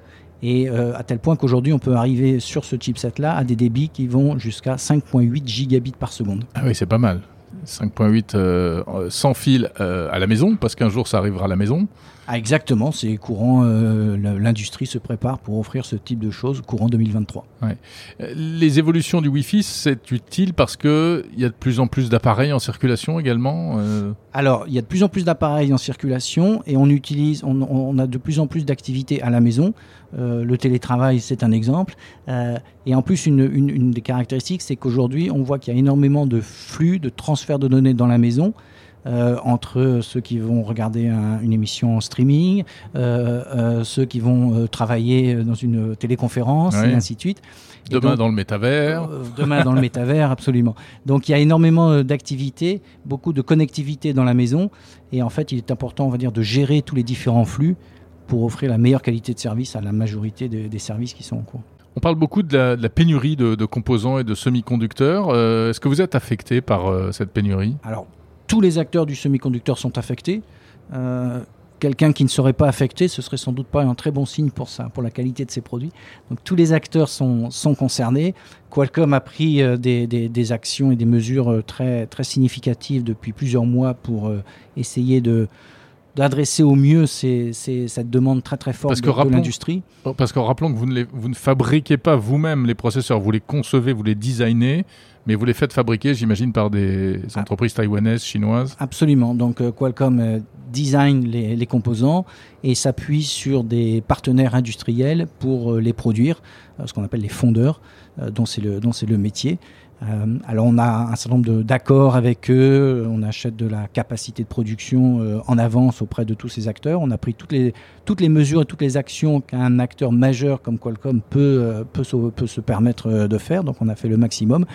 et euh, à tel point qu'aujourd'hui, on peut arriver sur ce chipset-là à des débits qui vont jusqu'à cinq virgule huit gigabits par seconde. Ah oui, c'est pas mal. cinq virgule huit euh, sans fil euh, à la maison, parce qu'un jour ça arrivera à la maison. Ah, exactement, c'est courant, euh, l'industrie se prépare pour offrir ce type de choses courant deux mille vingt-trois. Ouais. Les évolutions du Wi-Fi, c'est utile parce qu'il y a de plus en plus d'appareils en circulation également euh... Alors, il y a de plus en plus d'appareils en circulation et on utilise, on, on a de plus en plus d'activités à la maison. Euh, le télétravail, c'est un exemple. Euh, et en plus, une, une, une des caractéristiques, c'est qu'aujourd'hui, on voit qu'il y a énormément de flux, de transfert de données dans la maison. Euh, entre ceux qui vont regarder un, une émission en streaming, euh, euh, ceux qui vont euh, travailler dans une téléconférence, oui. et ainsi de suite. Et demain donc, dans le métavers. Euh, demain dans le métavers, absolument. Donc il y a énormément d'activités, beaucoup de connectivité dans la maison. Et en fait, il est important, on va dire, de gérer tous les différents flux pour offrir la meilleure qualité de service à la majorité de, des services qui sont en cours. On parle beaucoup de la, de la pénurie de, de composants et de semi-conducteurs. Euh, est-ce que vous êtes affecté par euh, cette pénurie ? Alors, tous les acteurs du semi-conducteur sont affectés. Euh, quelqu'un qui ne serait pas affecté, ce serait sans doute pas un très bon signe pour ça, pour la qualité de ses produits. Donc tous les acteurs sont, sont concernés. Qualcomm a pris euh, des, des, des actions et des mesures euh, très, très significatives depuis plusieurs mois pour euh, essayer de d'adresser au mieux ces, ces, cette demande très très forte parce que de, rappelons, de l'industrie. Parce que rappelons que vous ne, les, vous ne fabriquez pas vous-même les processeurs, vous les concevez, vous les designez, mais vous les faites fabriquer, j'imagine, par des ah. entreprises taïwanaises, chinoises. Absolument. Donc euh, Qualcomm euh, design les, les composants et s'appuie sur des partenaires industriels pour euh, les produire, euh, ce qu'on appelle les fondeurs, euh, dont c'est le, dont c'est le métier. Euh, alors on a un certain nombre de, d'accords avec eux, on achète de la capacité de production euh, en avance auprès de tous ces acteurs. On a pris toutes les, toutes les mesures et toutes les actions qu'un acteur majeur comme Qualcomm peut, euh, peut, se, peut se permettre de faire, donc on a fait le maximum.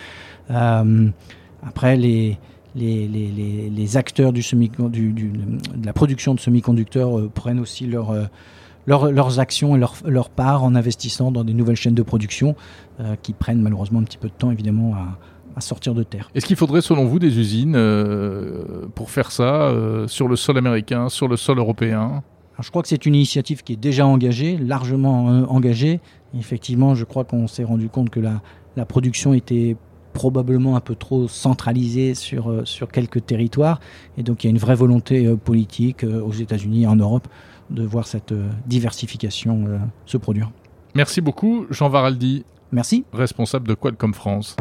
Euh, après les, les, les, les, les acteurs du semi, du, du, de la production de semi-conducteurs euh, prennent aussi leur... Euh, Leur, leurs actions et leur, leur part en investissant dans des nouvelles chaînes de production euh, qui prennent malheureusement un petit peu de temps évidemment à, à sortir de terre. Est-ce qu'il faudrait selon vous des usines euh, pour faire ça euh, sur le sol américain, sur le sol européen ? Alors, je crois que c'est une initiative qui est déjà engagée, largement euh, engagée. Effectivement, je crois qu'on s'est rendu compte que la, la production était probablement un peu trop centralisée sur, euh, sur quelques territoires. Et donc il y a une vraie volonté euh, politique euh, aux États-Unis et en Europe de voir cette euh, diversification euh, se produire. Merci beaucoup, Jean Varaldi. Merci. Responsable de Qualcomm France.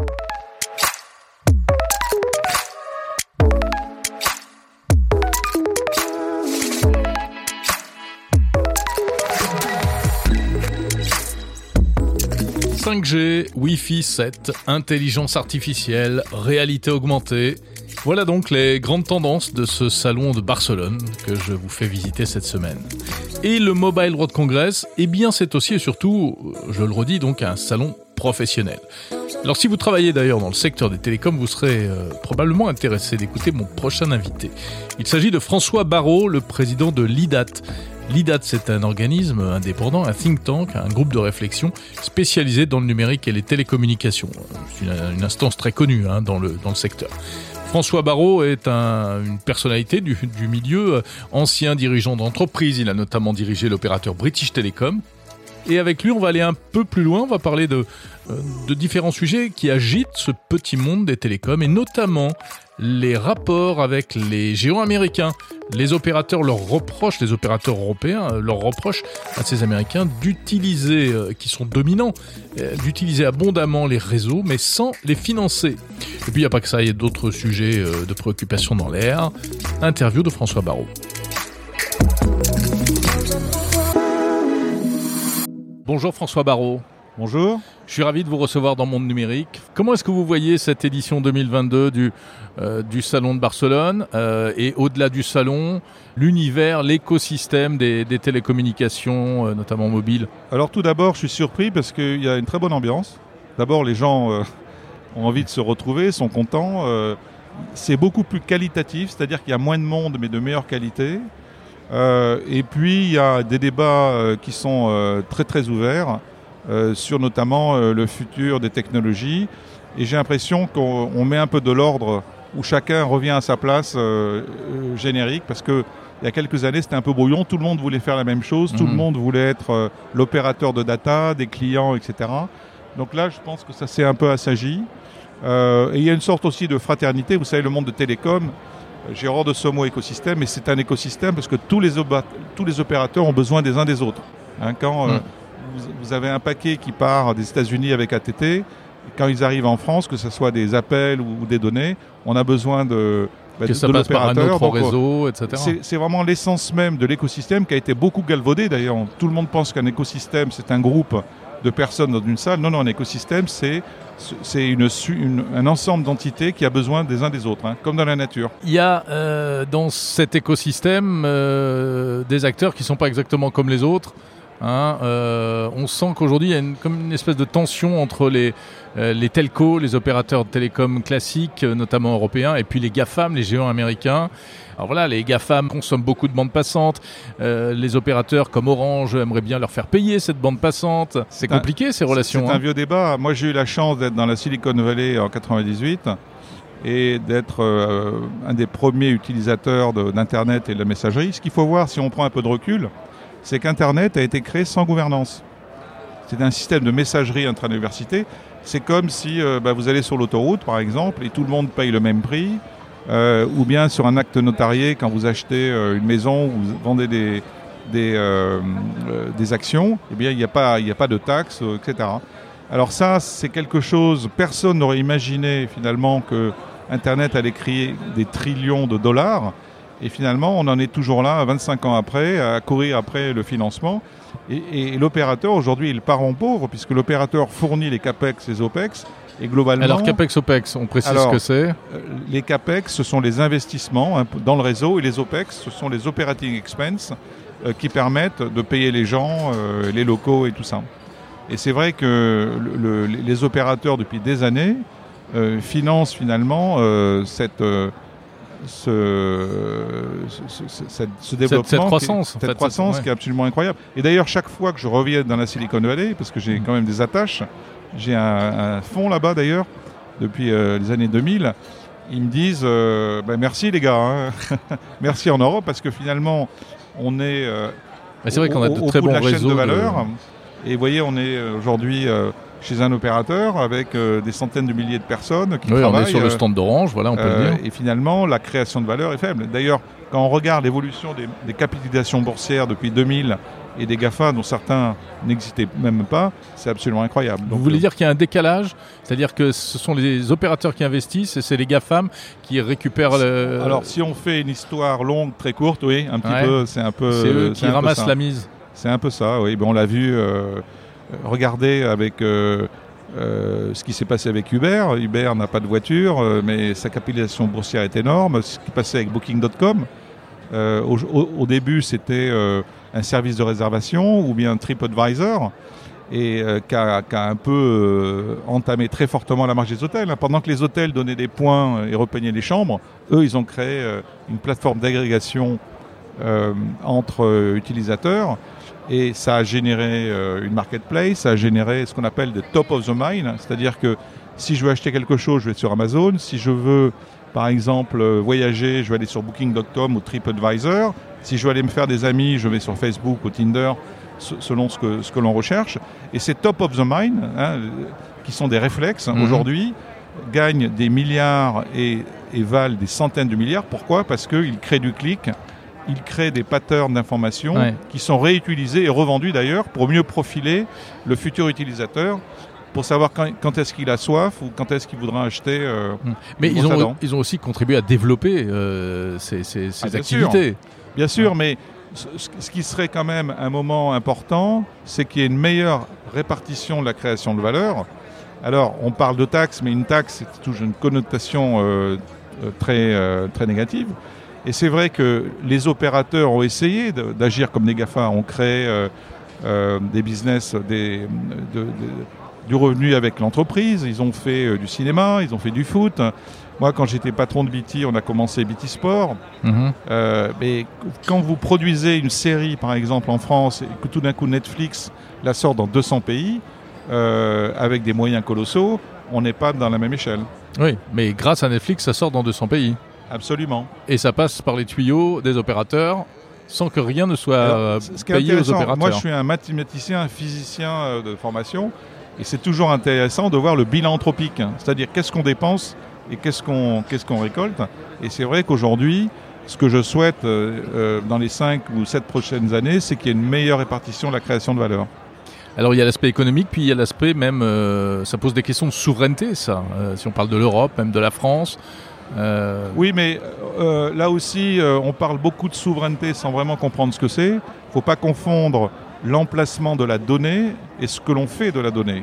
cinq G, Wi-Fi sept, intelligence artificielle, réalité augmentée. Voilà donc les grandes tendances de ce salon de Barcelone que je vous fais visiter cette semaine. Et le Mobile World Congress, eh bien c'est aussi et surtout, je le redis, donc un salon professionnel. Alors si vous travaillez d'ailleurs dans le secteur des télécoms, vous serez euh, probablement intéressé d'écouter mon prochain invité. Il s'agit de François Barraud, le président de l'I D A T. L'I D A T, c'est un organisme indépendant, un think tank, un groupe de réflexion spécialisé dans le numérique et les télécommunications. C'est une, une instance très connue hein, dans, le, dans le secteur. François Barraud est un, une personnalité du, du milieu, ancien dirigeant d'entreprise. Il a notamment dirigé l'opérateur British Telecom. Et avec lui, on va aller un peu plus loin. On va parler de, de différents sujets qui agitent ce petit monde des télécoms et notamment les rapports avec les géants américains. Les opérateurs leur reprochent, les opérateurs européens leur reprochent à ces Américains d'utiliser, euh, qui sont dominants, euh, d'utiliser abondamment les réseaux, mais sans les financer. Et puis il n'y a pas que ça, il y a d'autres sujets euh, de préoccupation dans l'air. Interview de François Barraud. Bonjour François Barraud. Bonjour. Je suis ravi de vous recevoir dans Monde Numérique. Comment est-ce que vous voyez cette édition deux mille vingt-deux du, euh, du Salon de Barcelone euh, et au-delà du salon, l'univers, l'écosystème des, des télécommunications, euh, notamment mobiles? Alors tout d'abord, je suis surpris parce qu'il y a une très bonne ambiance. D'abord, les gens euh, ont envie de se retrouver, sont contents. Euh, c'est beaucoup plus qualitatif, c'est-à-dire qu'il y a moins de monde mais de meilleure qualité. Euh, et puis, il y a des débats euh, qui sont euh, très très ouverts. Euh, sur notamment euh, le futur des technologies. Et j'ai l'impression qu'on on met un peu de l'ordre où chacun revient à sa place euh, euh, générique, parce qu'il y a quelques années, c'était un peu brouillon. Tout le monde voulait faire la même chose. Mmh. Tout le monde voulait être euh, l'opérateur de data, des clients, et cetera. Donc là, je pense que ça s'est un peu assagi. Euh, et il y a une sorte aussi de fraternité. Vous savez, le monde de télécom, j'ai horreur de ce mot écosystème, mais c'est un écosystème parce que tous les, oba- tous les opérateurs ont besoin des uns des autres. Hein, quand... Euh, mmh. Vous avez un paquet qui part des États-Unis avec A T T. Quand ils arrivent en France, que ce soit des appels ou des données, on a besoin de, bah, que de, ça de passe par un autre Donc, réseau, et cetera. C'est, c'est vraiment l'essence même de l'écosystème qui a été beaucoup galvaudé d'ailleurs. Tout le monde pense qu'un écosystème, c'est un groupe de personnes dans une salle. Non, non, un écosystème, c'est, c'est une, une, un ensemble d'entités qui a besoin des uns des autres, hein, comme dans la nature. Il y a euh, dans cet écosystème euh, des acteurs qui ne sont pas exactement comme les autres. Hein, euh, on sent qu'aujourd'hui il y a une, comme une espèce de tension entre les, euh, les telcos, les opérateurs de télécom classiques, euh, notamment européens, et puis les GAFAM, les géants américains. Alors voilà, les GAFAM consomment beaucoup de bandes passantes. Euh, les opérateurs comme Orange aimeraient bien leur faire payer cette bande passante. C'est, c'est compliqué un, ces relations. C'est hein. un vieux débat. Moi j'ai eu la chance d'être dans la Silicon Valley en quatre-vingt-dix-huit et d'être euh, un des premiers utilisateurs de, d'Internet et de la messagerie. Ce qu'il faut voir, si on prend un peu de recul, c'est qu'Internet a été créé sans gouvernance. C'est un système de messagerie intra-université. C'est comme si euh, bah, vous allez sur l'autoroute, par exemple, et tout le monde paye le même prix, euh, ou bien sur un acte notarié, quand vous achetez euh, une maison ou vous vendez des, des, euh, euh, des actions, eh bien, il n'y a pas, il n'y a pas de taxes, euh, et cetera. Alors ça, c'est quelque chose, personne n'aurait imaginé finalement que Internet allait créer des trillions de dollars. Et finalement, on en est toujours là, vingt-cinq ans après, à courir après le financement. Et, et l'opérateur, aujourd'hui, il part en pauvre, puisque l'opérateur fournit les CAPEX et les OPEX. Et globalement... Alors, CAPEX, OPEX, on précise alors, ce que c'est. Les CAPEX, ce sont les investissements dans le réseau, et les OPEX, ce sont les operating expenses euh, qui permettent de payer les gens, euh, les locaux et tout ça. Et c'est vrai que le, le, les opérateurs, depuis des années, euh, financent finalement euh, cette... Euh, Ce, ce, ce, ce développement, cette, cette croissance, qui est, cette cette croissance ouais. qui est absolument incroyable. Et d'ailleurs, chaque fois que je reviens dans la Silicon Valley, parce que j'ai quand même des attaches, j'ai un, un fonds là-bas d'ailleurs, depuis euh, les années deux mille, ils me disent euh, ben merci les gars, hein. Merci en Europe, parce que finalement, on est euh, Mais c'est vrai au, qu'on a de au très bout bons de la chaîne de valeur. De... Et vous voyez, on est aujourd'hui... Euh, chez un opérateur avec euh, des centaines de milliers de personnes qui oui, travaillent. On est sur le stand d'Orange, voilà, on peut euh, le dire. Et finalement, la création de valeur est faible. D'ailleurs, quand on regarde l'évolution des, des capitalisations boursières depuis deux mille et des GAFA, dont certains n'existaient même pas, c'est absolument incroyable. Donc, Vous voulez euh... dire qu'il y a un décalage ? C'est-à-dire que ce sont les opérateurs qui investissent et c'est les GAFAM qui récupèrent le... Alors, si on fait une histoire longue, très courte, oui, un petit ouais. peu, c'est un peu... C'est eux qui c'est ramassent la mise. C'est un peu ça, oui. Ben, on l'a vu, euh, regardez avec... Euh, Euh, ce qui s'est passé avec Uber. Uber n'a pas de voiture, euh, mais sa capitalisation boursière est énorme. Ce qui passait avec Booking point com, euh, au, au, au début, c'était euh, un service de réservation ou bien TripAdvisor, et euh, qui, a, qui a un peu euh, entamé très fortement la marge des hôtels. Hein. Pendant que les hôtels donnaient des points et repeignaient les chambres, eux, ils ont créé euh, une plateforme d'agrégation euh, entre euh, utilisateurs. Et ça a généré euh, une marketplace, ça a généré ce qu'on appelle des top of the mind, c'est-à-dire que si je veux acheter quelque chose, je vais sur Amazon. Si je veux, par exemple, euh, voyager, je vais aller sur Booking point com ou TripAdvisor. Si je veux aller me faire des amis, je vais sur Facebook ou Tinder, s- selon ce que, ce que l'on recherche. Et ces top of the mind, hein, qui sont des réflexes, mmh. aujourd'hui, gagnent des milliards et, et valent des centaines de milliards. Pourquoi ? Parce qu'ils créent du clic. Ils créent des patterns d'information ouais. qui sont réutilisés et revendus d'ailleurs pour mieux profiler le futur utilisateur, pour savoir quand, quand est-ce qu'il a soif ou quand est-ce qu'il voudra acheter. Euh, mais ils ont, ils ont aussi contribué à développer euh, ces, ces, ces ah, bien activités. Sûr. Bien sûr, ouais. mais ce qui serait quand même un moment important, c'est qu'il y ait une meilleure répartition de la création de valeur. Alors, on parle de taxe, mais une taxe, c'est toujours une connotation euh, très, euh, très négative. Et c'est vrai que les opérateurs ont essayé de, d'agir comme des GAFA, ont créé euh, euh, des business, des, de, de, du revenu avec l'entreprise. Ils ont fait euh, du cinéma, ils ont fait du foot. Moi, quand j'étais patron de B T, on a commencé B T Sport. Mmh. Euh, mais quand vous produisez une série, par exemple, en France, et que tout d'un coup Netflix la sort dans deux cents pays, euh, avec des moyens colossaux, on n'est pas dans la même échelle. Oui, mais grâce à Netflix, ça sort dans deux cents pays. Absolument. Et ça passe par les tuyaux des opérateurs, sans que rien ne soit Alors, ce qui est payé aux opérateurs. Moi, je suis un mathématicien, un physicien de formation, et c'est toujours intéressant de voir le bilan anthropique, hein, c'est-à-dire qu'est-ce qu'on dépense et qu'est-ce qu'on, qu'est-ce qu'on récolte. Et c'est vrai qu'aujourd'hui, ce que je souhaite euh, euh, dans les cinq ou sept prochaines années, c'est qu'il y ait une meilleure répartition de la création de valeur. Alors il y a l'aspect économique, puis il y a l'aspect même, euh, ça pose des questions de souveraineté, ça. Euh, si on parle de l'Europe, même de la France. Euh... Oui, mais euh, là aussi, euh, on parle beaucoup de souveraineté sans vraiment comprendre ce que c'est. Il ne faut pas confondre l'emplacement de la donnée et ce que l'on fait de la donnée.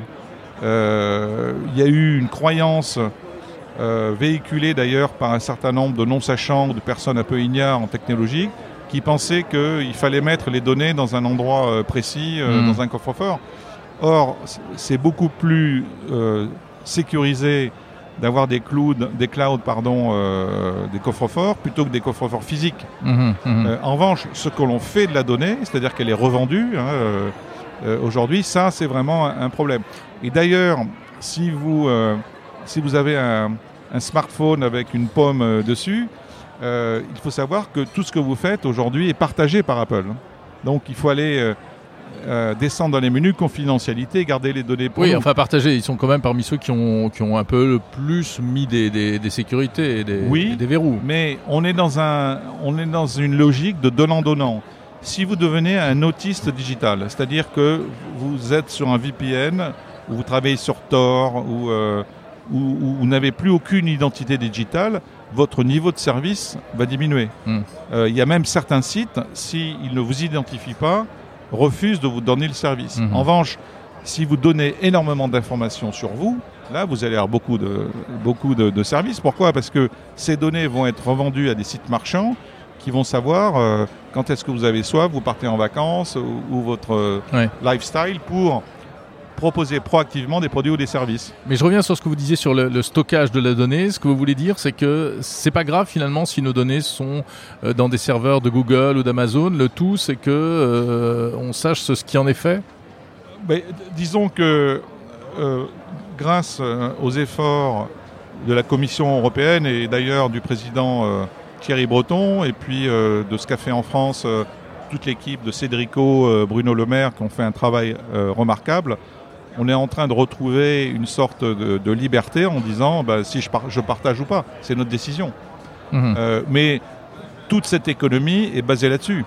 Euh, il y a eu une croyance euh, véhiculée d'ailleurs par un certain nombre de non-sachants ou de personnes un peu ignares en technologie qui pensaient qu'il fallait mettre les données dans un endroit euh, précis, euh, mmh. dans un coffre-fort. Or, c'est beaucoup plus euh, sécurisé d'avoir des clouds, des clouds, pardon, euh, des coffres-forts plutôt que des coffres-forts physiques. Mmh, mmh. Euh, en revanche, ce que l'on fait de la donnée, c'est-à-dire qu'elle est revendue, hein, euh, euh, aujourd'hui, ça, c'est vraiment un, un problème. Et d'ailleurs, si vous, euh, si vous avez un, un smartphone avec une pomme euh, dessus, euh, il faut savoir que tout ce que vous faites aujourd'hui est partagé par Apple. Donc, il faut aller... Euh, Euh, descendre dans les menus confidentialité et garder les données pour oui, nous. enfin partagés, ils sont quand même parmi ceux qui ont, qui ont un peu le plus mis des, des, des sécurités et des, oui, et des verrous. Mais on est, dans un, on est dans une logique de donnant-donnant. Si vous devenez un autiste digital, c'est-à-dire que vous êtes sur un V P N, ou vous travaillez sur Tor, ou euh, où, où vous n'avez plus aucune identité digitale, votre niveau de service va diminuer. Il mm. euh, y a même certains sites, s'ils ne vous identifient pas, refuse de vous donner le service. Mmh. En revanche, si vous donnez énormément d'informations sur vous, là, vous allez avoir beaucoup de, beaucoup de, de services. Pourquoi ? Parce que ces données vont être revendues à des sites marchands qui vont savoir euh, quand est-ce que vous avez soif, vous partez en vacances ou, ou votre euh, ouais. lifestyle pour proposer proactivement des produits ou des services. Mais je reviens sur ce que vous disiez sur le, le stockage de la donnée. Ce que vous voulez dire, c'est que c'est pas grave finalement si nos données sont euh, dans des serveurs de Google ou d'Amazon. Le tout, c'est que euh, on sache ce qui en est fait. Ben, disons que euh, grâce euh, aux efforts de la Commission européenne et d'ailleurs du président euh, Thierry Breton et puis euh, de ce qu'a fait en France euh, toute l'équipe de Cédrico, euh, Bruno Le Maire qui ont fait un travail euh, remarquable. On est en train de retrouver une sorte de, de liberté en disant bah, si je, par- je partage ou pas, c'est notre décision. Mmh. Euh, mais toute cette économie est basée là-dessus.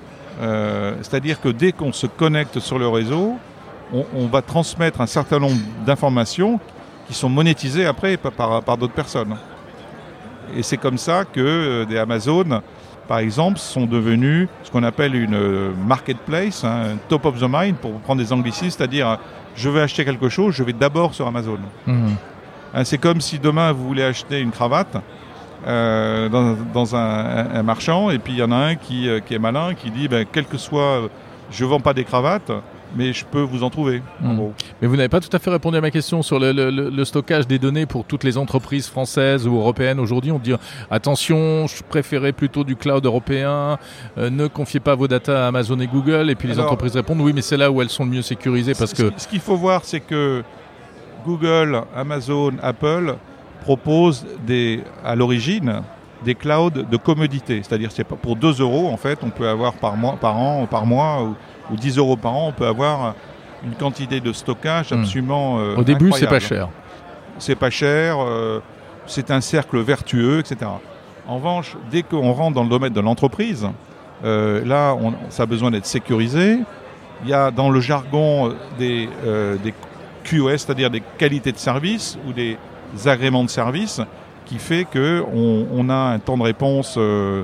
Euh, c'est-à-dire que dès qu'on se connecte sur le réseau, on, on va transmettre un certain nombre d'informations qui sont monétisées après par, par, par d'autres personnes. Et c'est comme ça que euh, des Amazon, par exemple, sont devenus ce qu'on appelle une euh, marketplace, hein, top of the mind, pour prendre des anglicismes, c'est-à-dire je veux acheter quelque chose, je vais d'abord sur Amazon. Mmh. Hein, c'est comme si demain vous voulez acheter une cravate euh, dans, dans un, un, un marchand, et puis il y en a un qui, euh, qui est malin, qui dit ben, quel que soit, je ne vends pas des cravates, mais je peux vous en trouver. Mmh. En gros. Mais vous n'avez pas tout à fait répondu à ma question sur le, le, le stockage des données pour toutes les entreprises françaises ou européennes. Aujourd'hui, on dit attention, je préférais plutôt du cloud européen, euh, ne confiez pas vos datas à Amazon et Google. Et puis les Alors, entreprises répondent oui, mais c'est là où elles sont le mieux sécurisées. Parce que... Ce qu'il faut voir, c'est que Google, Amazon, Apple proposent des, à l'origine des clouds de commodité. C'est-à-dire c'est pour deux euros, en fait, on peut avoir par, mois, par an ou par mois... Ou, ou dix euros par an, on peut avoir une quantité de stockage absolument euh, Au début, incroyable. c'est pas cher. C'est pas cher, euh, c'est un cercle vertueux, et cetera. En revanche, dès qu'on rentre dans le domaine de l'entreprise, euh, là, on, ça a besoin d'être sécurisé. Il y a dans le jargon des, euh, des Q O S, c'est-à-dire des qualités de service ou des agréments de service, qui fait qu'on on a un temps de réponse... Euh,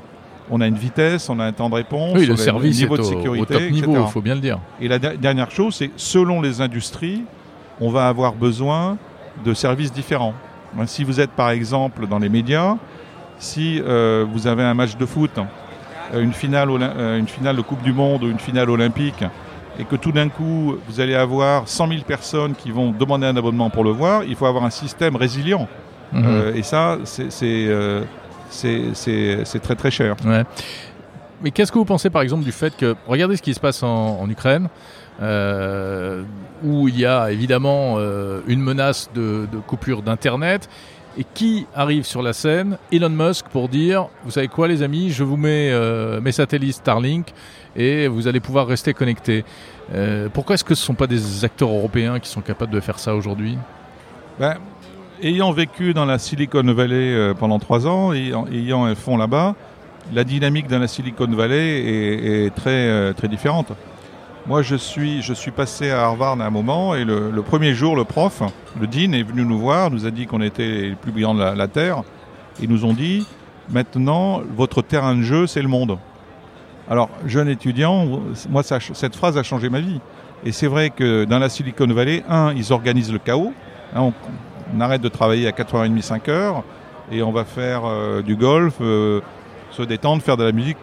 on a une vitesse, on a un temps de réponse, oui, le on a service un niveau est de au, sécurité, au top niveau, il faut bien le dire. Et la de- dernière chose, c'est selon les industries, on va avoir besoin de services différents. Si vous êtes par exemple dans les médias, si euh, vous avez un match de foot, une finale, euh, une finale de Coupe du Monde ou une finale olympique, et que tout d'un coup, vous allez avoir cent mille personnes qui vont demander un abonnement pour le voir, il faut avoir un système résilient. Mmh. Euh, et ça, c'est, c'est, euh, c'est, c'est, c'est très très cher. Ouais. Mais qu'est-ce que vous pensez par exemple du fait que, regardez ce qui se passe en, en Ukraine, euh, où il y a évidemment euh, une menace de, de coupure d'Internet, et qui arrive sur la scène? Elon Musk, pour dire, vous savez quoi les amis, je vous mets euh, mes satellites Starlink et vous allez pouvoir rester connectés. Euh, pourquoi est-ce que ce ne sont pas des acteurs européens qui sont capables de faire ça aujourd'hui? Ben, ayant vécu dans la Silicon Valley euh, pendant trois ans, et ayant, ayant un fonds là-bas, la dynamique dans la Silicon Valley est, est très, euh, très différente. Moi, je suis, je suis passé à Harvard à un moment, et le, le premier jour, le prof, le dean, est venu nous voir, nous a dit qu'on était les plus brillants de la, la Terre. Ils nous ont dit, maintenant, votre terrain de jeu, c'est le monde. Alors, jeune étudiant, moi, ça, cette phrase a changé ma vie. Et c'est vrai que dans la Silicon Valley, un, ils organisent le chaos. Hein, on, on arrête de travailler à quatre heures trente, cinq heures, et on va faire euh, du golf, euh, se détendre, faire de la musique.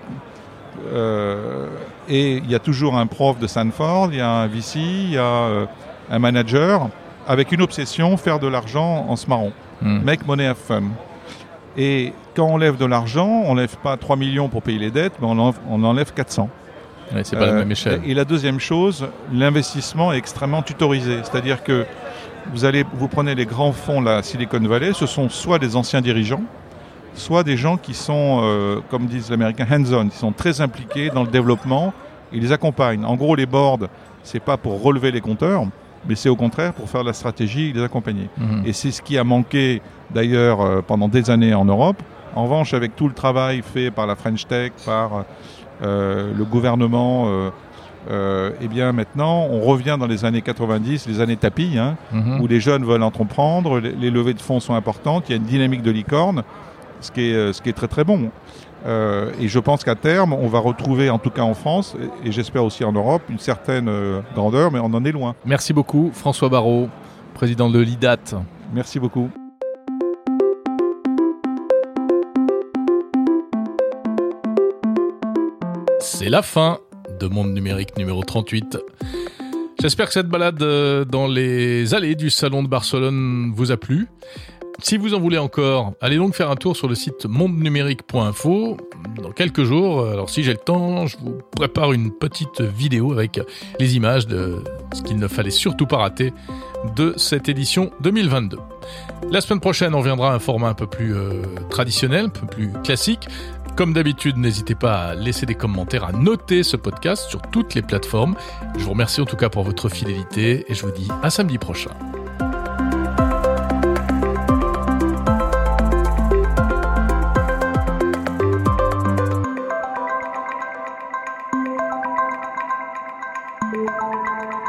Euh, et il y a toujours un prof de Stanford, il y a un V C, il y a euh, un manager avec une obsession, faire de l'argent en se marrant. Mm. Make money have fun. Et quand on lève de l'argent, on ne lève pas trois millions pour payer les dettes, mais on en, on enlève quatre cents. Ouais, c'est pas euh, la même échelle. Et la deuxième chose, l'investissement est extrêmement tutorisé. C'est-à-dire que vous, allez, vous prenez les grands fonds de la Silicon Valley, ce sont soit des anciens dirigeants, soit des gens qui sont, euh, comme disent les Américains, hands-on, qui sont très impliqués dans le développement, ils les accompagnent. En gros, les boards, c'est pas pour relever les compteurs, mais c'est au contraire pour faire de la stratégie et les accompagner. Mmh. Et c'est ce qui a manqué d'ailleurs euh, pendant des années en Europe. En revanche, avec tout le travail fait par la French Tech, par euh, le gouvernement, euh, euh, eh bien maintenant, on revient dans les années quatre-vingt-dix, les années tapis, hein, mmh. où les jeunes veulent entreprendre, les, les levées de fonds sont importantes, il y a une dynamique de licorne, ce qui est, ce qui est très très bon. Euh, et je pense qu'à terme, on va retrouver, en tout cas en France, et, et j'espère aussi en Europe, une certaine euh, grandeur, mais on en est loin. Merci beaucoup, François Barraud, président de l'I D A T. Merci beaucoup. C'est la fin de Monde Numérique numéro trente-huit. J'espère que cette balade dans les allées du Salon de Barcelone vous a plu. Si vous en voulez encore, allez donc faire un tour sur le site monde numérique point info. Dans quelques jours, alors si j'ai le temps, je vous prépare une petite vidéo avec les images de ce qu'il ne fallait surtout pas rater de cette édition deux mille vingt-deux. La semaine prochaine, on reviendra à un format un peu plus euh, traditionnel, un peu plus classique. Comme d'habitude, n'hésitez pas à laisser des commentaires, à noter ce podcast sur toutes les plateformes. Je vous remercie en tout cas pour votre fidélité et je vous dis à samedi prochain. Thank you.